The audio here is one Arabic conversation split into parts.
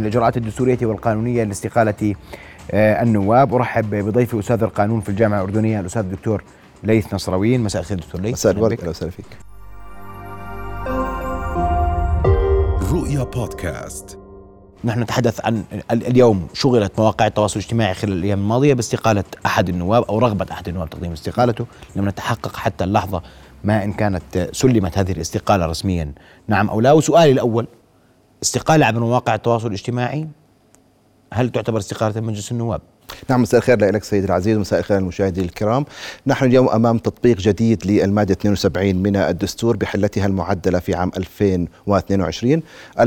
الإجراءات الدستورية والقانونية لاستقالة النواب. أرحب بضيفي أستاذ القانون في الجامعة الأردنية الأستاذ الدكتور ليث نصراويين. مساء الخير دكتور ليث. مساء الورد، أهلا وسهلا فيك. رؤيا بودكاست. نحن نتحدث عن اليوم شغلت مواقع التواصل الاجتماعي خلال الأيام الماضية باستقالة أحد النواب أو رغبة أحد النواب تقديم استقالته. لم نتحقق حتى اللحظة ما إن كانت سلمت هذه الاستقالة رسميا نعم أو لا. وسؤالي الأول، استقالة عبر مواقع التواصل الاجتماعي هل تعتبر استقالة مجلس النواب؟ نعم، مساء الخير لك سيد العزيز ومساء الخير للمشاهدين الكرام. نحن اليوم أمام تطبيق جديد للمادة 72 من الدستور بحلتها المعدلة في عام 2022.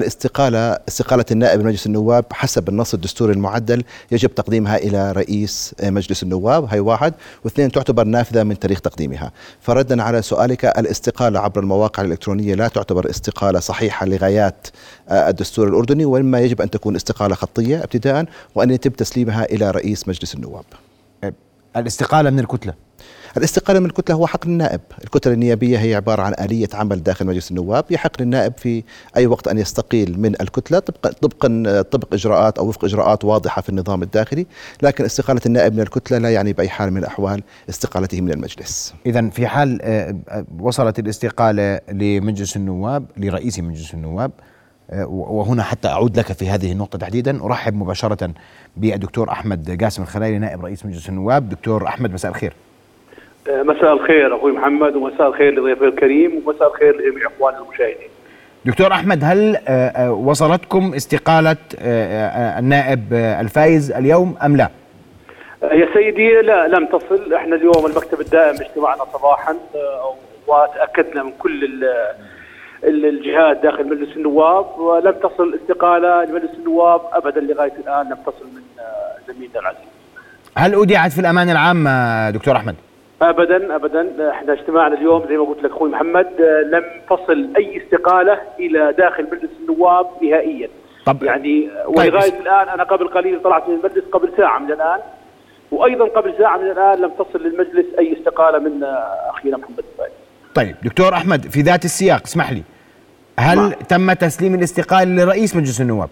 استقالة النائب من مجلس النواب حسب النص الدستوري المعدل يجب تقديمها إلى رئيس مجلس النواب، هي واحد، واثنين تعتبر نافذة من تاريخ تقديمها. فردا على سؤالك، الاستقالة عبر المواقع الإلكترونية لا تعتبر استقالة صحيحة لغايات الدستور الأردني، وإما يجب أن تكون استقالة خطية ابتداء وأن يتم تسليمها إلى رئيس مجلس النواب. الاستقالة من الكتلة، الاستقالة من الكتلة هو حق للنائب. الكتلة النيابية هي عبارة عن آلية عمل داخل مجلس النواب، يحق للنائب في أي وقت أن يستقيل من الكتلة طبق إجراءات أو وفق إجراءات واضحة في النظام الداخلي. لكن استقالة النائب من الكتلة لا يعني بأي حال من الأحوال استقالته من المجلس. إذن في حال وصلت الاستقالة لمجلس النواب لرئيس مجلس النواب، وهنا حتى أعود لك في هذه النقطة تحديدا، أرحب مباشرة بالدكتور أحمد قاسم الخلايلي نائب رئيس مجلس النواب. دكتور أحمد مساء الخير. مساء الخير أخوي محمد، ومساء الخير لضيفي الكريم، ومساء الخير لجميع إخواننا المشاهدين. دكتور أحمد، هل وصلتكم استقالة النائب الفايز اليوم أم لا؟ يا سيدي لا، لم تصل. احنا اليوم المكتب الدائم اجتمعنا صباحا وتأكدنا من كل الجهات داخل مجلس النواب، ولم تصل استقالة لمجلس النواب أبدا لغاية الآن، لم تصل من زميلنا العزيز. هل أودعت في الأمانة العامة دكتور أحمد؟ أبدا. احنا اجتماعنا اليوم زي ما قلت لك أخوي محمد، لم تصل أي استقالة إلى داخل مجلس النواب نهائيا. طب يعني ولغاية الآن أنا قبل قليل طلعت من المجلس قبل ساعة من الآن، وأيضا قبل ساعة من الآن لم تصل للمجلس أي استقالة من أخينا محمد الفايز. طيب دكتور أحمد، في ذات السياق اسمح لي، هل تم تسليم الاستقالة لرئيس مجلس النواب؟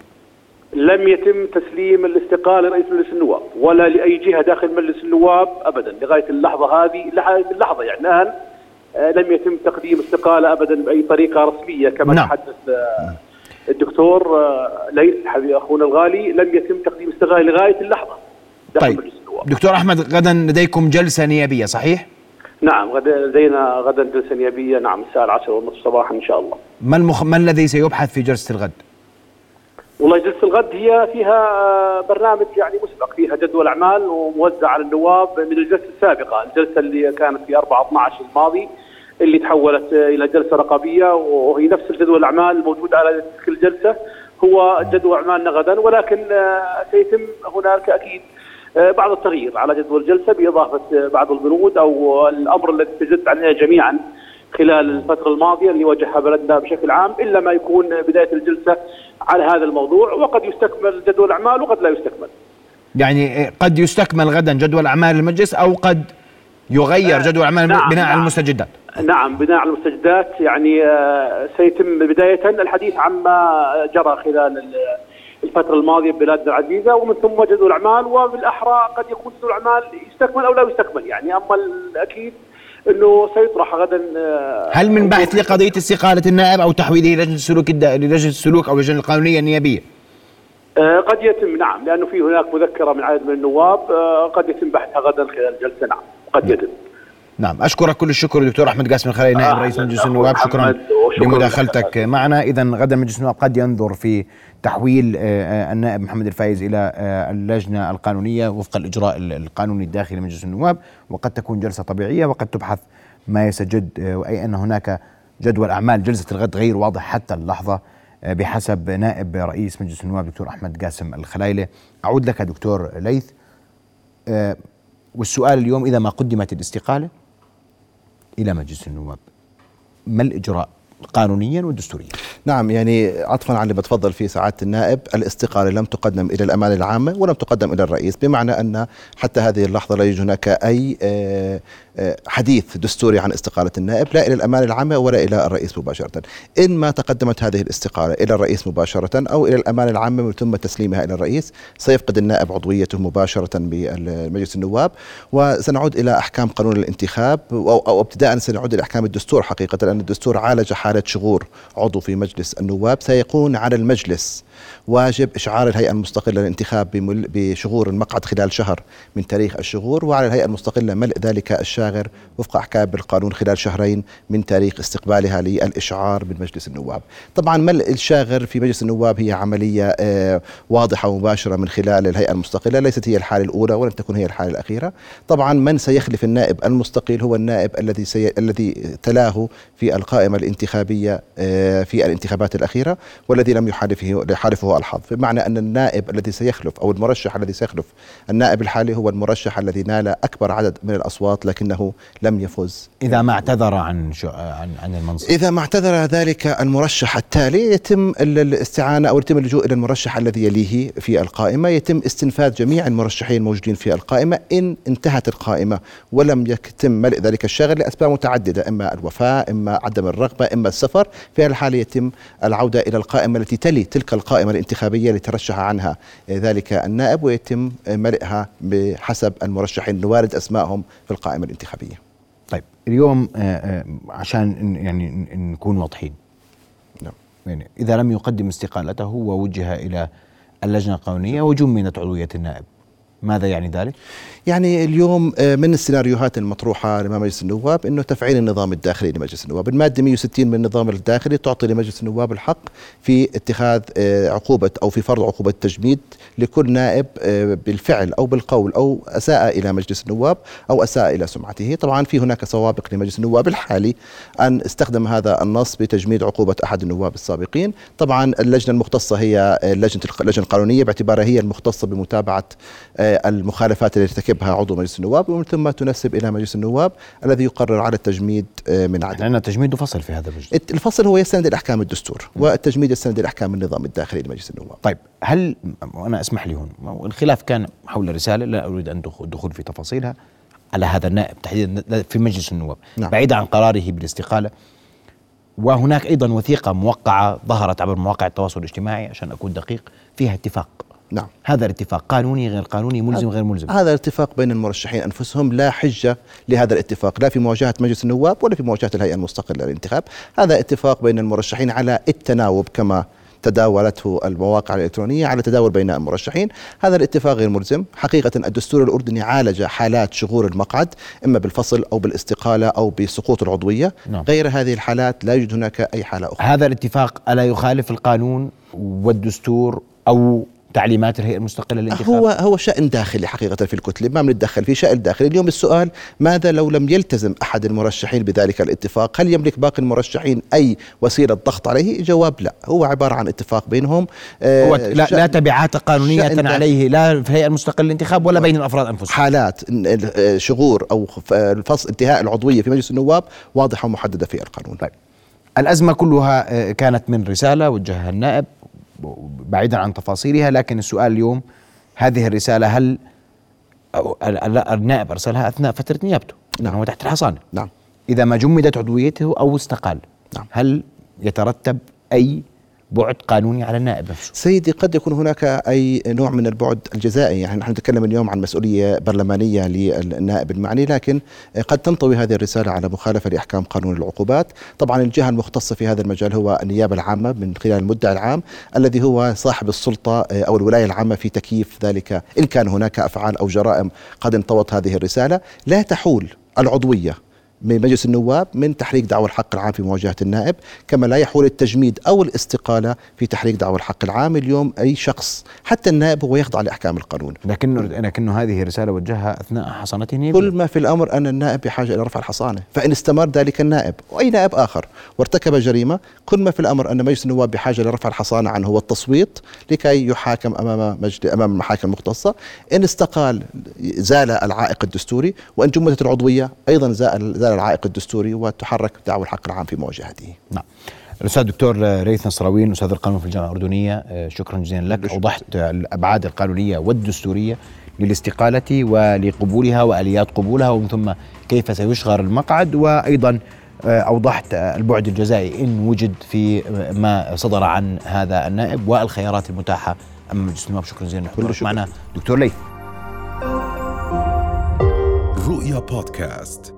لم يتم تسليم الاستقالة لرئيس مجلس النواب ولا لأي جهة داخل مجلس النواب أبدا لغاية اللحظة هذه، اللحظة يعني الآن لم يتم تقديم استقالة أبدا بأي طريقة رسمية كما تحدث الدكتور ليث حبيب أخونا الغالي. لم يتم تقديم استقالة لغاية اللحظة داخل مجلس النواب. دكتور أحمد، غدا لديكم جلسة نيابية صحيح؟ نعم، غدا جلسة نيابية، نعم، الساعة 10:30 صباحا إن شاء الله. ما الذي سيبحث في جلسة الغد؟ والله جلسة الغد هي فيها برنامج يعني مسبق، فيها جدول أعمال وموزع على النواب من الجلسة السابقة، الجلسة اللي كانت في 4/12 الماضي اللي تحولت إلى جلسة رقابية، وهي نفس الجدول الأعمال الموجود على كل جلسة هو جدول أعمالنا غدا، ولكن سيتم هناك أكيد بعض التغيير على جدول الجلسة بإضافة بعض البنود أو الأمر الذي تجدد علينا جميعا خلال الفترة الماضية اللي واجهها بلدنا بشكل عام، إلا ما يكون بداية الجلسة على هذا الموضوع، وقد يستكمل جدول الأعمال وقد لا يستكمل. يعني قد يستكمل غدا جدول أعمال المجلس أو قد يغير جدول أعمال بناء على المستجدات. نعم، بناء على المستجدات. يعني سيتم بداية الحديث عما جرى خلال الفترة الماضية ببلادنا العزيزة، ومن ثم جدول الأعمال، وبالأحرى قد يكون جدول الأعمال يستكمل أو لا يستكمل. يعني أما الأكيد أنه سيطرح غدا. هل من بحث لقضية استقالة النائب أو تحويله للجنة السلوك أو اللجنة القانونية النيابية؟ قد يتم، نعم، لأنه في هناك مذكرة من عدد من النواب قد يتم بحثها غدا خلال الجلسة، نعم قد يتم. نعم، أشكرك كل الشكر دكتور أحمد قاسم الخلايلي نائب رئيس مجلس النواب، شكرا لمداخلتك معنا. إذن غدا مجلس النواب قد ينظر في تحويل النائب محمد الفايز إلى اللجنة القانونية وفق الإجراء القانوني الداخلي لمجلس النواب، وقد تكون جلسة طبيعية وقد تبحث ما يستجد، أي أن هناك جدول أعمال جلسة الغد غير واضح حتى اللحظة بحسب نائب رئيس مجلس النواب دكتور أحمد قاسم الخلايلي. أعود لك دكتور ليث، والسؤال اليوم إذا ما قدمت الاستقالة إلى مجلس النواب ما الإجراء قانونيا ودستوريا؟ نعم، يعني عطفا على اللي بتفضل فيه سعادة النائب، الاستقالة لم تقدم إلى الأمانة العامة ولم تقدم إلى الرئيس، بمعنى أن حتى هذه اللحظة لا يوجد هناك أي حديث دستوري عن استقالة النائب، لا إلى الأمانة العامة ولا إلى الرئيس مباشرة. إن ما تقدمت هذه الاستقالة إلى الرئيس مباشرة أو إلى الأمانة العامة وثم تسليمها إلى الرئيس، سيفقد النائب عضويته مباشرة بمجلس النواب، وسنعود إلى أحكام قانون الانتخاب أو ابتداء سنعود إلى أحكام الدستور حقيقة، لأن الدستور عالج حالة شغور عضو في مجلس النواب. سيكون على المجلس واجب إشعار الهيئة المستقلة للانتخاب بشغور المقعد خلال شهر من تاريخ الشغور، وعلى الهيئة المستقلة ملء ذلك الشاغر وفق أحكام القانون خلال شهرين من تاريخ استقبالها للإشعار من مجلس النواب. طبعا ملء الشاغر في مجلس النواب هي عملية واضحة ومباشرة من خلال الهيئة المستقلة، ليست هي الحالة الأولى ولن تكون هي الحالة الأخيرة. طبعا من سيخلف النائب المستقيل هو النائب الذي تلاه في القائمة الانتخابية في الانتخابات الأخيرة والذي لم يحالفه الحظ، بمعنى أن النائب الذي سيخلف أو المرشح الذي سيخلف النائب الحالي هو المرشح الذي نال أكبر عدد من الأصوات لكنه لم يفز. إذا ما اعتذر عن المنصب، إذا ما اعتذر ذلك المرشح التالي، يتم الاستعانة أو يتم اللجوء إلى المرشح الذي يليه في القائمة، يتم استنفاذ جميع المرشحين الموجودين في القائمة. إن انتهت القائمة ولم يتم ملء ذلك الشاغر لأسباب متعددة، إما الوفاة، إما عدم الرغبة، إما السفر، في الحالة يتم العودة إلى القائمة التي تلي تلك القائمة الانتخابية لترشح عنها ذلك النائب، ويتم ملئها بحسب المرشحين الوارد أسمائهم في القائمة الانتخابية. طيب اليوم عشان يعني نكون واضحين، نعم. يعني إذا لم يقدم استقالته ووجه إلى اللجنة القانونية وجمدت عضوية النائب، ماذا يعني ذلك؟ يعني اليوم من السيناريوهات المطروحة لأمام مجلس النواب أنه تفعيل النظام الداخلي لمجلس النواب. المادة 160 من النظام الداخلي تعطي لمجلس النواب الحق في اتخاذ عقوبة أو في فرض عقوبة تجميد لكل نائب بالفعل أو بالقول أو أساء إلى مجلس النواب أو أساء إلى سمعته. طبعا في هناك سوابق لمجلس النواب الحالي أن استخدم هذا النص بتجميد عقوبة أحد النواب السابقين. طبعا اللجنة المختصة هي اللجنة القانونية باعتبارها هي المختصة بمتابعة المخالفات التي يرتكبها عضو مجلس النواب، ومن ثم تنسب إلى مجلس النواب الذي يقرر على التجميد من عدم. لأن التجميد فصل في هذا المجلس. الفصل هو يستند إلى أحكام الدستور والتجميد يستند إلى أحكام النظام الداخلي لمجلس النواب. طيب هل، وأنا اسمح لي هون، الخلاف كان حول رسالة لا أريد أن أدخل في تفاصيلها على هذا النائب تحديدا في مجلس النواب، نعم. بعيدا عن قراره بالاستقالة، وهناك أيضا وثيقة موقعة ظهرت عبر مواقع التواصل الاجتماعي عشان أكون دقيق فيها اتفاق. نعم. هذا الاتفاق قانوني غير قانوني، ملزم غير ملزم؟ هذا الاتفاق بين المرشحين أنفسهم، لا حجة لهذا الاتفاق لا في مواجهة مجلس النواب ولا في مواجهة الهيئة المستقلة للانتخاب. هذا اتفاق بين المرشحين على التناوب كما تداولته المواقع الإلكترونية على تداول بين المرشحين. هذا الاتفاق غير ملزم. حقيقة الدستور الأردني عالج حالات شغور المقعد إما بالفصل أو بالاستقالة أو بسقوط العضوية. نعم. غير هذه الحالات لا يوجد هناك أي حالة أخرى. هذا الاتفاق ألا يخالف القانون والدستور أو تعليمات الهيئة المستقلة للانتخاب؟ هو شأن داخلي حقيقة في الكتلة، ما بنتدخل في شأن داخلي. اليوم السؤال ماذا لو لم يلتزم أحد المرشحين بذلك الاتفاق؟ هل يملك باقي المرشحين أي وسيلة ضغط عليه؟ جواب لا، هو عبارة عن اتفاق بينهم. هو لا تبعات قانونية عليه لا في الهيئة المستقلة للانتخاب ولا بين الأفراد أنفسهم. حالات شغور أو الفصل انتهاء العضوية في مجلس النواب واضحة ومحددة في القانون. طيب. الأزمة كلها كانت من رسالة وجهها النائب بعيدا عن تفاصيلها، لكن السؤال اليوم هذه الرسالة هل النائب أرسلها أثناء فترة نيابته؟ نعم. هو تحت الحصانة. نعم. إذا ما جمدت عضويته أو استقال، نعم. هل يترتب أي بعد قانوني على النائب نفسه؟ سيدي قد يكون هناك أي نوع من البعد الجزائي، يعني نحن نتكلم اليوم عن مسؤولية برلمانية للنائب المعني، لكن قد تنطوي هذه الرسالة على مخالفة لأحكام قانون العقوبات. طبعا الجهة المختصة في هذا المجال هو النيابة العامة من خلال المدعي العام الذي هو صاحب السلطة أو الولاية العامة في تكييف ذلك إن كان هناك أفعال أو جرائم قد انطوت هذه الرسالة. لا تحول العضوية من مجلس النواب من تحريك دعوى الحق العام في مواجهة النائب، كما لا يحول التجميد أو الاستقالة في تحريك دعوى الحق العام. اليوم أي شخص حتى النائب هو يخضع لأحكام القانون. لكنه هذه رسالة وجهها أثناء حصانته. كل ما في الأمر أن النائب بحاجة إلى رفع الحصانة، فإن استمر ذلك النائب وأي نائب آخر وارتكب جريمة، كل ما في الأمر أن مجلس النواب بحاجة لرفع الحصانة عنه والتصويت لكي يحاكم أمام المحاكم المختصة. إن استقال زال العائق الدستوري، وإن جمدت العضوية أيضا زال العائق الدستوري وتحرك دعوى الحق العام في مواجهته. نعم. الأستاذ الدكتور ريث نصراوين أستاذ القانون في الجامعة الأردنية، شكرا جزيلا لك. أوضحت الأبعاد القانونية والدستورية للاستقالة ولقبولها وآليات قبولها، ومن ثم كيف سيشغر المقعد، وأيضا أوضحت البعد الجزائي إن وجد في ما صدر عن هذا النائب والخيارات المتاحة أمام مجلس النواب. شكرا جزيلا لحضورك معنا دكتور ليث. رؤيا بودكاست.